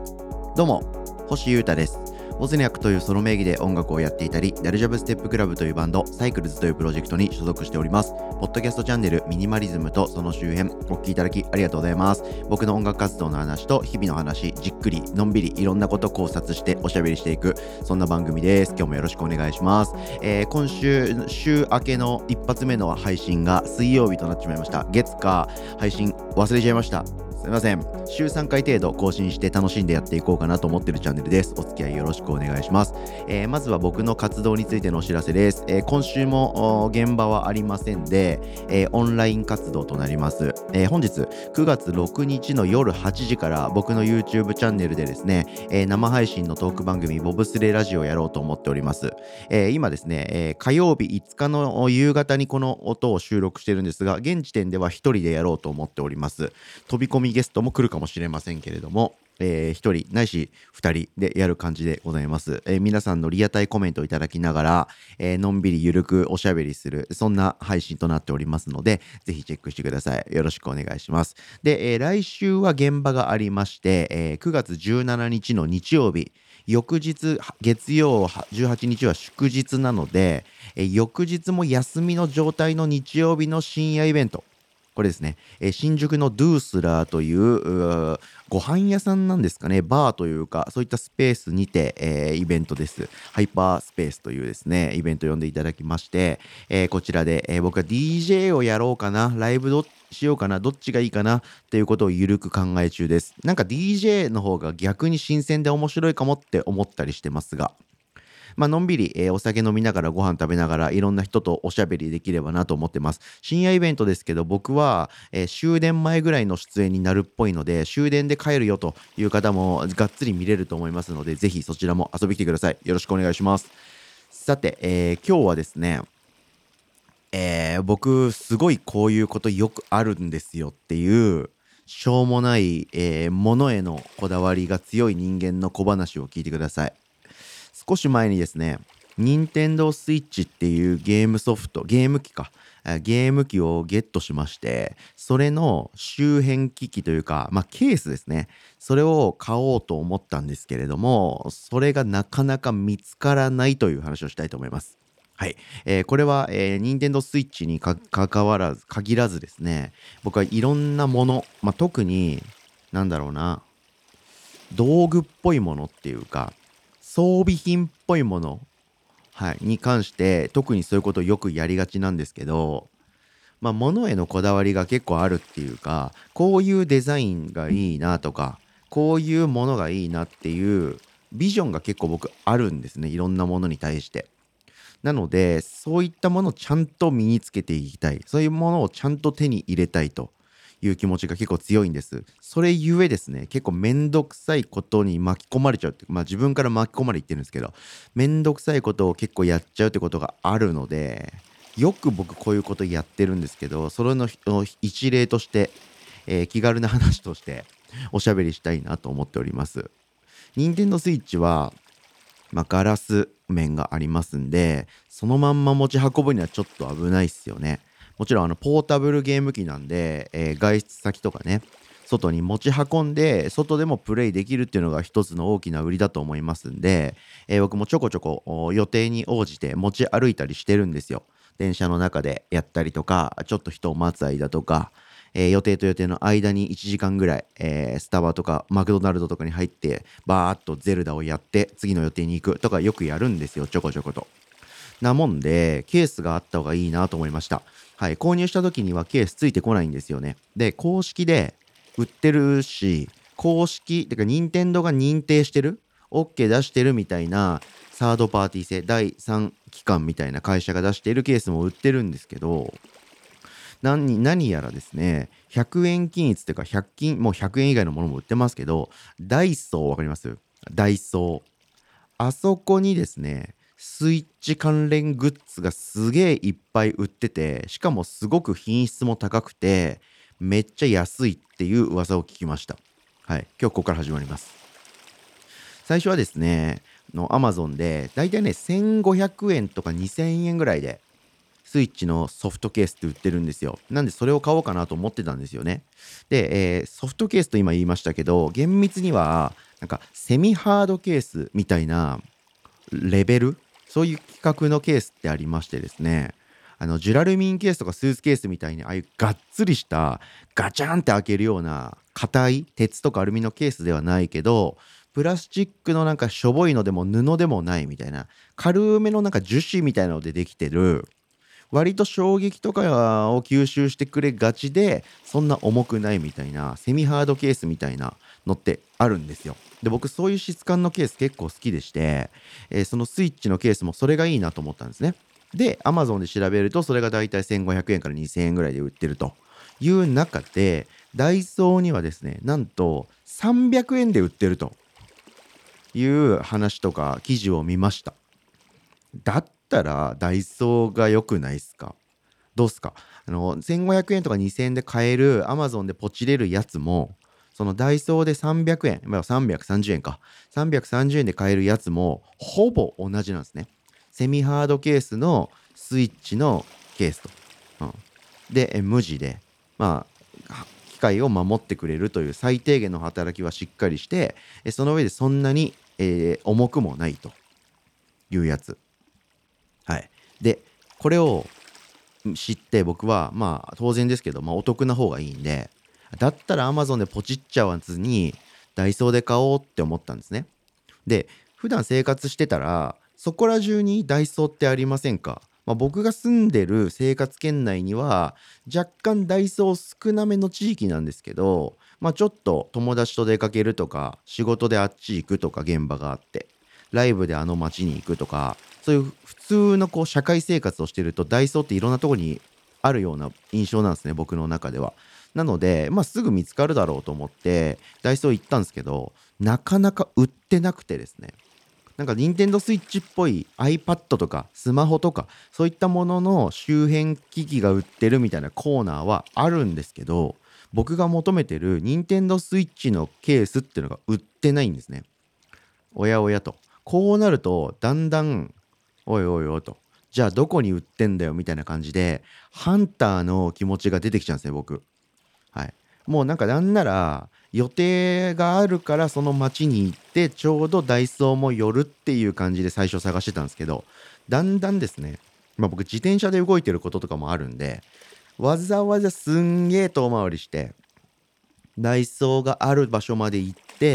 どうも、星優太です。ウォズニャックというソロ名義で音楽をやっていたり、ダルジャブステップクラブというバンド、サイクルズというプロジェクトに所属しております。ポッドキャストチャンネルミニマリズムとその周辺、お聞きいただきありがとうございます。僕の音楽活動の話と日々の話、じっくり、のんびりいろんなことを考察しておしゃべりしていく、そんな番組です。今日もよろしくお願いします。今週、週明けの一発目の配信が水曜日となってしまいました。月火配信忘れちゃいました。すいません。週3回程度更新して楽しんでやっていこうかなと思っているチャンネルです。お付き合いよろしくお願いします。まずは僕の活動についてのお知らせです。今週も現場はありませんで、オンライン活動となります。本日9月6日の夜8時から僕の YouTube チャンネルでですね、生配信のトーク番組ボブスレーラジオをやろうと思っております。今ですね、火曜日5日の夕方にこの音を収録してるんですが、現時点では一人でやろうと思っております。飛び込みゲストも来るかもしれませんけれども、1人ないし2人でやる感じでございます。皆さんのリアタイコメントをいただきながら、のんびりゆるくおしゃべりする、そんな配信となっておりますので、ぜひチェックしてください。よろしくお願いします。で、来週は現場がありまして、9月17日の日曜日、翌日月曜18日は祝日なので、翌日も休みの状態の日曜日の深夜イベント、これですね、新宿のドゥースラーというご飯屋さんなんですかね、バーというか、そういったスペースにて、イベントです。ハイパースペースというですね、イベントを呼んでいただきまして、こちらで、僕は DJ をやろうかな、ライブしようかな、どっちがいいかなっていうことをゆるく考え中です。なんか DJ の方が逆に新鮮で面白いかもって思ったりしてますが、のんびり、お酒飲みながらご飯食べながらいろんな人とおしゃべりできればなと思ってます。深夜イベントですけど、僕は、終電前ぐらいの出演になるっぽいので、終電で帰るよという方もがっつり見れると思いますので、ぜひそちらも遊びに来てください。よろしくお願いします。さて、今日はですね、僕すごいこういうことよくあるんですよっていうしょうもない、ものへのこだわりが強い人間の小話を聞いてください。少し前にですね、任天堂スイッチっていうゲームソフト、ゲーム機か、ゲーム機をゲットしまして、それの周辺機器というか、ケースですね。それを買おうと思ったんですけれども、それがなかなか見つからないという話をしたいと思います。はい。これは、任天堂スイッチに限らずですね、僕はいろんなもの、特に、なんだろうな、道具っぽいものっていうか、装備品っぽいもの、はい、に関して特にそういうことをよくやりがちなんですけど、物へのこだわりが結構あるっていうか、こういうデザインがいいなとか、こういうものがいいなっていうビジョンが結構僕あるんですね。いろんなものに対して。なので、そういったものをちゃんと身につけていきたい。そういうものをちゃんと手に入れたいという気持ちが結構強いんです。それゆえですね、結構めんどくさいことに巻き込まれちゃうって、自分から巻き込まれて言ってるんですけど、めんどくさいことを結構やっちゃうってことがあるので、よく僕こういうことやってるんですけど、それの一例として、気軽な話としておしゃべりしたいなと思っております。任天堂スイッチはガラス面がありますんで、そのまんま持ち運ぶにはちょっと危ないっすよね。もちろんポータブルゲーム機なんで、外出先とかね、外に持ち運んで、外でもプレイできるっていうのが一つの大きな売りだと思いますんで、僕もちょこちょこ予定に応じて持ち歩いたりしてるんですよ。電車の中でやったりとか、ちょっと人を待つ間とか、予定と予定の間に1時間ぐらい、スタバとかマクドナルドとかに入ってバーッとゼルダをやって次の予定に行くとかよくやるんですよ、ちょこちょこと。なもんでケースがあった方がいいなと思いました。はい、購入した時にはケースついてこないんですよね。で、公式で売ってるし、公式てか任天堂が認定してる OK 出してるみたいなサードパーティー製第三機関みたいな会社が出しているケースも売ってるんですけど、何やらですね、100円均一っていうか100均、もう100円以外のものも売ってますけど、ダイソーわかります？ダイソー。あそこにですね、スイッチ関連グッズがすげえいっぱい売ってて、しかもすごく品質も高くて、めっちゃ安いっていう噂を聞きました。はい。今日ここから始まります。最初はですね、Amazon で、だいたいね、1500円とか2000円ぐらいで、スイッチのソフトケースって売ってるんですよ。なんでそれを買おうかなと思ってたんですよね。で、ソフトケースと今言いましたけど、厳密にはなんかセミハードケースみたいなレベル、そういう規格のケースってありましてですね、ジュラルミンケースとかスーツケースみたいにああいうがっつりしたガチャンって開けるような硬い鉄とかアルミのケースではないけど、プラスチックのなんかしょぼいのでも布でもないみたいな、軽めのなんか樹脂みたいなのでできてる、割と衝撃とかを吸収してくれがちで、そんな重くないみたいな、セミハードケースみたいなのってあるんですよ。で、僕そういう質感のケース結構好きでして、そのスイッチのケースもそれがいいなと思ったんですね。で、Amazon で調べると、それがだいたい1500円から2000円ぐらいで売ってるという中で、ダイソーにはですね、なんと300円で売ってるという話とか記事を見ました。だったらダイソーが良くないっすか？どうっすか？1500円とか2000円で買える Amazon でポチれるやつも、そのダイソーで300円、まあ、330円か。330円で買えるやつも、ほぼ同じなんですね。セミハードケースのスイッチのケースと。うん、で、無地で、まあ、機械を守ってくれるという最低限の働きはしっかりして、その上でそんなに、重くもないというやつ。はい。で、これを知って僕はまあ当然ですけど、まあ、お得な方がいいんで、だったら Amazon でポチっちゃわずにダイソーで買おうって思ったんですね。で、普段生活してたらそこら中にダイソーってありませんか？まあ、僕が住んでる生活圏内には若干ダイソー少なめの地域なんですけど、まあ、ちょっと友達と出かけるとか仕事であっち行くとか現場があって、ライブであの街に行くとか、そういう普通のこう社会生活をしてるとダイソーっていろんなところにあるような印象なんですね、僕の中では。なので、まあ、すぐ見つかるだろうと思ってダイソー行ったんですけど、なかなか売ってなくてですね、なんか Nintendo Switch っぽい iPad とかスマホとかそういったものの周辺機器が売ってるみたいなコーナーはあるんですけど、僕が求めてる Nintendo Switch のケースっていうのが売ってないんですね。おやおやと。こうなるとだんだん、おいおいおいと、じゃあどこに売ってんだよみたいな感じでハンターの気持ちが出てきちゃうんですね、僕。はい。もうなんかなんなら、予定があるからその町に行って、ちょうどダイソーも寄るっていう感じで最初探してたんですけど、だんだんですね、まあ僕自転車で動いてることとかもあるんで、わざわざすんげー遠回りして、ダイソーがある場所まで行って、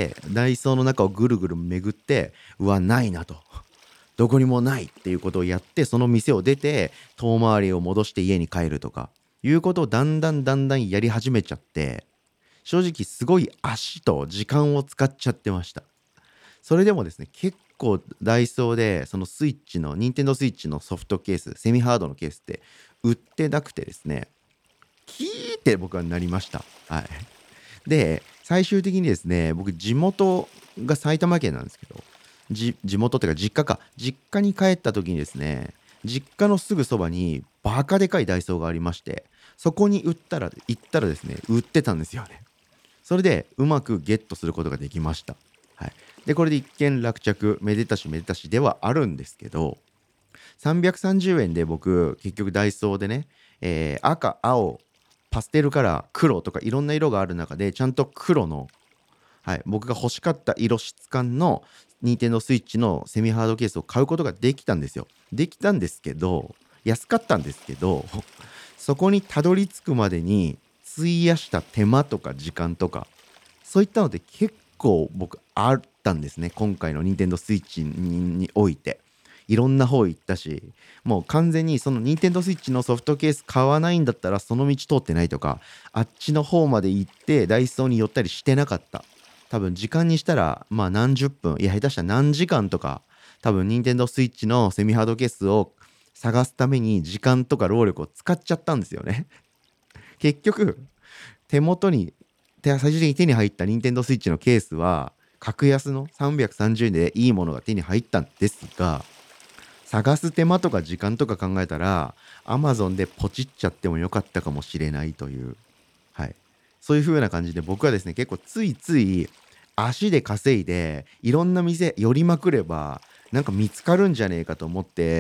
ダイソーの中をぐるぐる巡って、うわ、ないなと。どこにもないっていうことをやって、その店を出て、遠回りを戻して家に帰るとか、いうことをだんだんやり始めちゃって、正直すごい足と時間を使っちゃってました。それでもですね、結構ダイソーでそのスイッチの、ニンテンドースイッチのソフトケース、セミハードのケースって売ってなくてですね、キーって僕はなりました。はい。で、最終的にですね、僕地元が埼玉県なんですけど、地元っていうか実家か、実家に帰った時にですね、実家のすぐそばにバカでかいダイソーがありまして、そこに行ったらですね、売ってたんですよね。それでうまくゲットすることができました。はい。で、これで一件落着、めでたしめでたしではあるんですけど、330円で僕、結局ダイソーでね、赤、青、パステルカラー、黒とかいろんな色がある中で、ちゃんと黒の、はい、僕が欲しかった色質感の Nintendo Switch のセミハードケースを買うことができたんですよ。できたんですけど、安かったんですけど、そこにたどり着くまでに費やした手間とか時間とか、そういったので結構僕あったんですね。今回の Nintendo Switch において。いろんな方行ったし、もう完全にその Nintendo Switch のソフトケース買わないんだったらその道通ってないとか、あっちの方まで行ってダイソーに寄ったりしてなかった。多分時間にしたら、まあ何十分、いや下手したら何時間とか、多分 Nintendo Switch のセミハードケースを探すために時間とか労力を使っちゃったんですよね。結局、手元に、最終的に手に入った Nintendo Switch のケースは、格安の330円でいいものが手に入ったんですが、探す手間とか時間とか考えたら、Amazon でポチっちゃってもよかったかもしれないという、はい。そういう風な感じで僕はですね、結構ついつい足で稼いで、いろんな店寄りまくれば、なんか見つかるんじゃねえかと思って、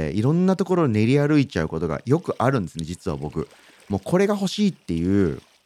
いろんなところを練り歩いちゃうことがよくあるんですね、実は僕。もうこれが欲しいっていう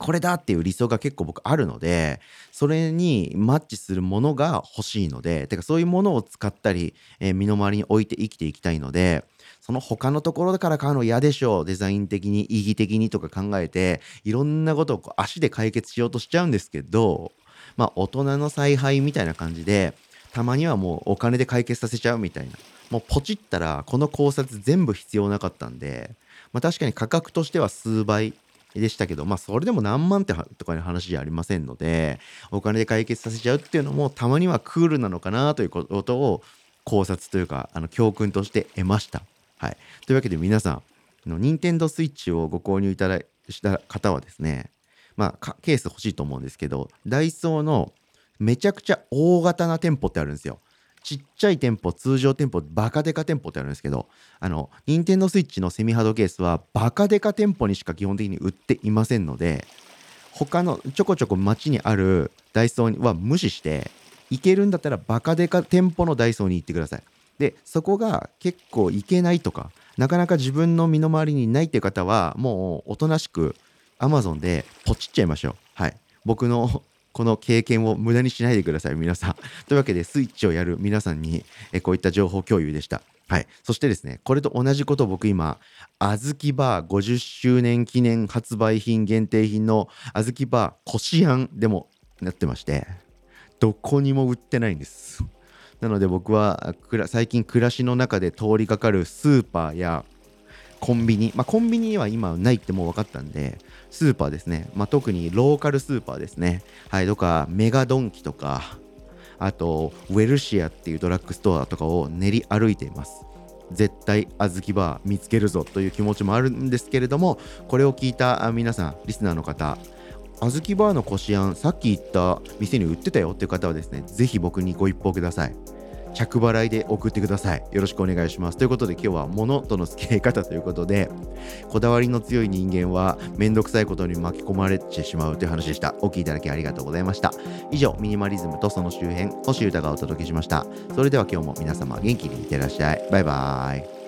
これだっていう理想が結構僕あるので、それにマッチするものが欲しいので、てかそういうものを使ったり、身の回りに置いて生きていきたいので、その他のところから買うの嫌でしょう、デザイン的に、意義的にとか考えて、いろんなことをこう足で解決しようとしちゃうんですけど、大人の采配みたいな感じで、たまにはもうお金で解決させちゃうみたいな。もうポチったらこの考察全部必要なかったんで、確かに価格としては数倍でしたけど、それでも何万ってとかの話じゃありませんので、お金で解決させちゃうっていうのもたまにはクールなのかなということを考察というか、教訓として得ました。はい。というわけで皆さん、任天堂スイッチをご購入いただした方はですね、ケース欲しいと思うんですけど、ダイソーのめちゃくちゃ大型な店舗ってあるんですよ。ちっちゃい店舗、通常店舗、バカデカ店舗ってあるんですけど、任天堂スイッチのセミハードケースはバカデカ店舗にしか基本的に売っていませんので、他のちょこちょこ街にあるダイソーは無視して、行けるんだったらバカデカ店舗のダイソーに行ってください。で、そこが結構行けないとか、なかなか自分の身の回りにないっていう方は、もうおとなしく Amazon でポチっちゃいましょう。はい。僕のこの経験を無駄にしないでください、皆さん。というわけで、スイッチをやる皆さんに、こういった情報共有でした。はい。そしてですね、これと同じことを僕今、あずきバー50周年記念発売品限定品のあずきバーこしあんでもなってまして、どこにも売ってないんです。なので僕は最近暮らしの中で通りかかるスーパーやコンビニ、コンビニには今ないってもう分かったんで、スーパーですね、特にローカルスーパーですね、はい、とかメガドンキとか、あとウェルシアっていうドラッグストアとかを練り歩いています。絶対あずきバー見つけるぞという気持ちもあるんですけれども、これを聞いた皆さん、リスナーの方、あずきバーのこしあんさっき言った店に売ってたよっていう方はですね、ぜひ僕にご一報ください。着払いで送ってください。よろしくお願いします。ということで今日は物との付き合い方ということで、こだわりの強い人間はめんどくさいことに巻き込まれてしまうという話でした。お聞きいただきありがとうございました。以上、ミニマリズムとその周辺、星歌がお届けしました。それでは今日も皆様元気にいってらっしゃい。バイバーイ。